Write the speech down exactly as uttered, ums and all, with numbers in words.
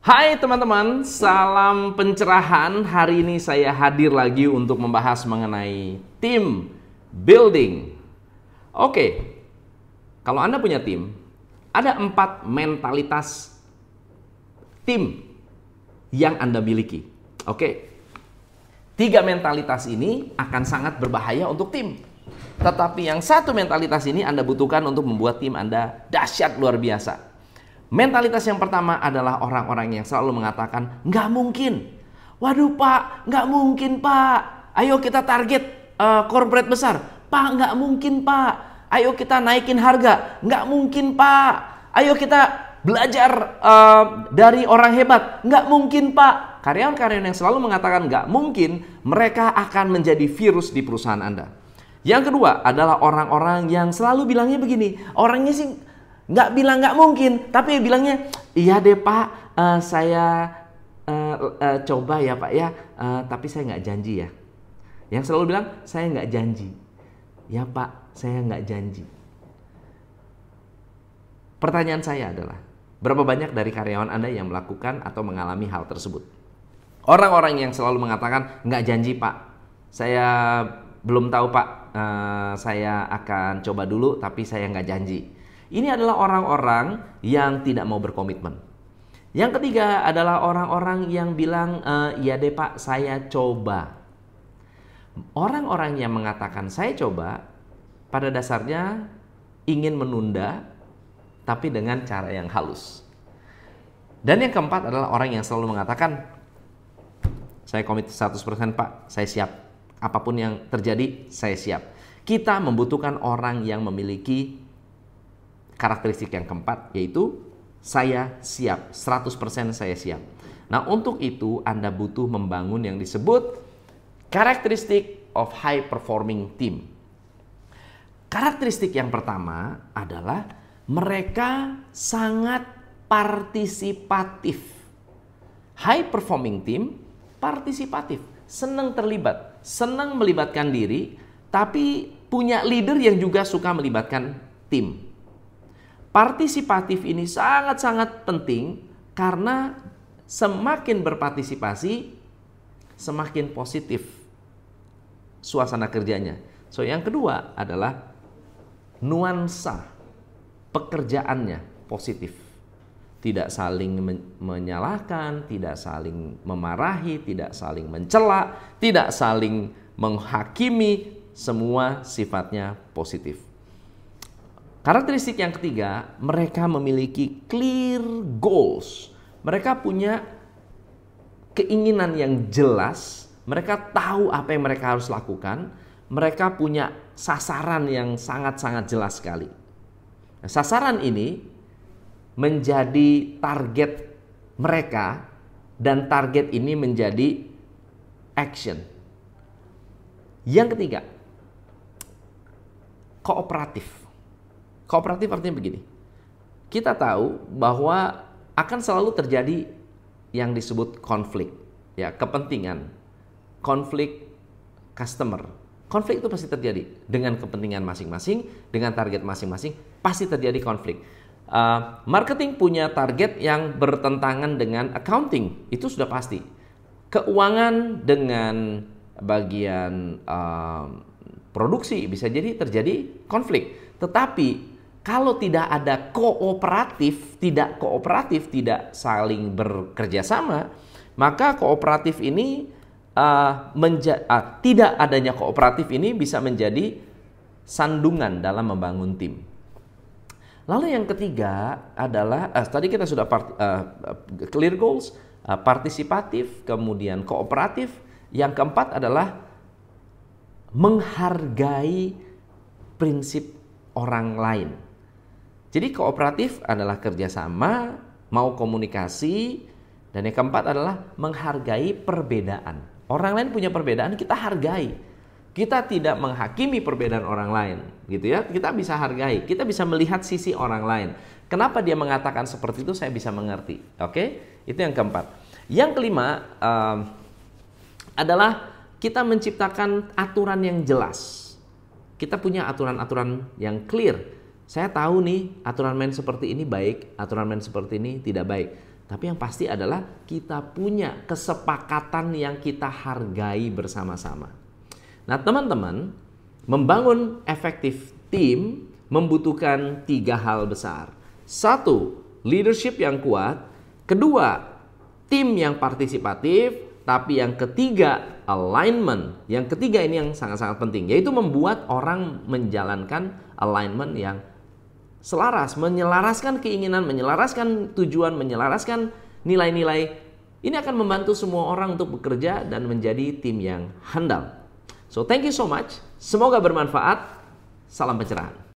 Hai teman-teman, salam pencerahan. Hari ini saya hadir lagi untuk membahas mengenai team building. Oke, kalau Anda punya tim, ada empat mentalitas tim yang Anda miliki. Oke, tiga mentalitas ini akan sangat berbahaya untuk tim. Tetapi yang satu mentalitas ini Anda butuhkan untuk membuat tim Anda dahsyat luar biasa. Mentalitas yang pertama adalah orang-orang yang selalu mengatakan, nggak mungkin. Waduh Pak, nggak mungkin Pak. Ayo kita target uh, corporate besar. Pak, nggak mungkin Pak. Ayo kita naikin harga. Nggak mungkin Pak. Ayo kita belajar uh, dari orang hebat. Nggak mungkin Pak. Karyawan-karyawan yang selalu mengatakan nggak mungkin, mereka akan menjadi virus di perusahaan Anda. Yang kedua adalah orang-orang yang selalu bilangnya begini. Orangnya sih nggak bilang nggak mungkin, tapi bilangnya, iya deh Pak, uh, saya uh, uh, coba ya Pak ya, uh, tapi saya nggak janji ya. Yang selalu bilang, saya nggak janji. Ya Pak, saya nggak janji. Pertanyaan saya adalah, berapa banyak dari karyawan Anda yang melakukan atau mengalami hal tersebut? Orang-orang yang selalu mengatakan, nggak janji Pak, saya belum tahu Pak, uh, saya akan coba dulu, tapi saya nggak janji. Ini adalah orang-orang yang tidak mau berkomitmen. Yang ketiga adalah orang-orang yang bilang, e, iya deh Pak, saya coba. Orang-orang yang mengatakan saya coba, pada dasarnya ingin menunda, tapi dengan cara yang halus. Dan yang keempat adalah orang yang selalu mengatakan, saya komit seratus persen Pak, saya siap. Apapun yang terjadi, saya siap. Kita membutuhkan orang yang memiliki karakteristik yang keempat, yaitu saya siap, seratus persen saya siap. Nah, untuk itu Anda butuh membangun yang disebut karakteristik of high performing team. Karakteristik yang pertama adalah mereka sangat partisipatif. High performing team partisipatif, senang terlibat, senang melibatkan diri, tapi punya leader yang juga suka melibatkan tim. Partisipatif ini sangat-sangat penting karena semakin berpartisipasi, semakin positif suasana kerjanya. So, yang kedua adalah nuansa pekerjaannya positif. Tidak saling menyalahkan, tidak saling memarahi, tidak saling mencela, tidak saling menghakimi, semua sifatnya positif. Karakteristik yang ketiga, mereka memiliki clear goals. Mereka punya keinginan yang jelas. Mereka tahu apa yang mereka harus lakukan. Mereka punya sasaran yang sangat-sangat jelas sekali. Nah, sasaran ini menjadi target mereka dan target ini menjadi action. Yang ketiga, kooperatif. Kooperatif artinya begini, kita tahu bahwa akan selalu terjadi yang disebut konflik, ya, kepentingan, konflik customer. Konflik itu pasti terjadi dengan kepentingan masing-masing, dengan target masing-masing, pasti terjadi konflik. Uh, marketing punya target yang bertentangan dengan accounting, itu sudah pasti. Keuangan dengan bagian uh, produksi bisa jadi terjadi konflik, tetapi kalau tidak ada kooperatif, tidak kooperatif, tidak saling bekerja sama, maka kooperatif ini uh, menja- uh, tidak adanya kooperatif ini bisa menjadi sandungan dalam membangun tim. Lalu yang ketiga adalah uh, tadi kita sudah part, uh, clear goals, uh, partisipatif, kemudian kooperatif. Yang keempat adalah menghargai prinsip orang lain. Jadi kooperatif adalah kerjasama, mau komunikasi, dan yang keempat adalah menghargai perbedaan. Orang lain punya perbedaan, kita hargai. Kita tidak menghakimi perbedaan orang lain, gitu ya. Kita bisa hargai, kita bisa melihat sisi orang lain. Kenapa dia mengatakan seperti itu, saya bisa mengerti. Oke, itu yang keempat. Yang kelima um, adalah kita menciptakan aturan yang jelas. Kita punya aturan-aturan yang clear. Saya tahu nih aturan main seperti ini baik, aturan main seperti ini tidak baik. Tapi yang pasti adalah kita punya kesepakatan yang kita hargai bersama-sama. Nah, teman-teman, membangun efektif tim membutuhkan tiga hal besar. Satu, leadership yang kuat. Kedua, tim yang partisipatif. Tapi yang ketiga, alignment. Yang ketiga ini yang sangat-sangat penting, yaitu membuat orang menjalankan alignment yang selaras, menyelaraskan keinginan, menyelaraskan tujuan, menyelaraskan nilai-nilai. Ini akan membantu semua orang untuk bekerja dan menjadi tim yang handal. So, thank you so much. Semoga bermanfaat. Salam pencerahan.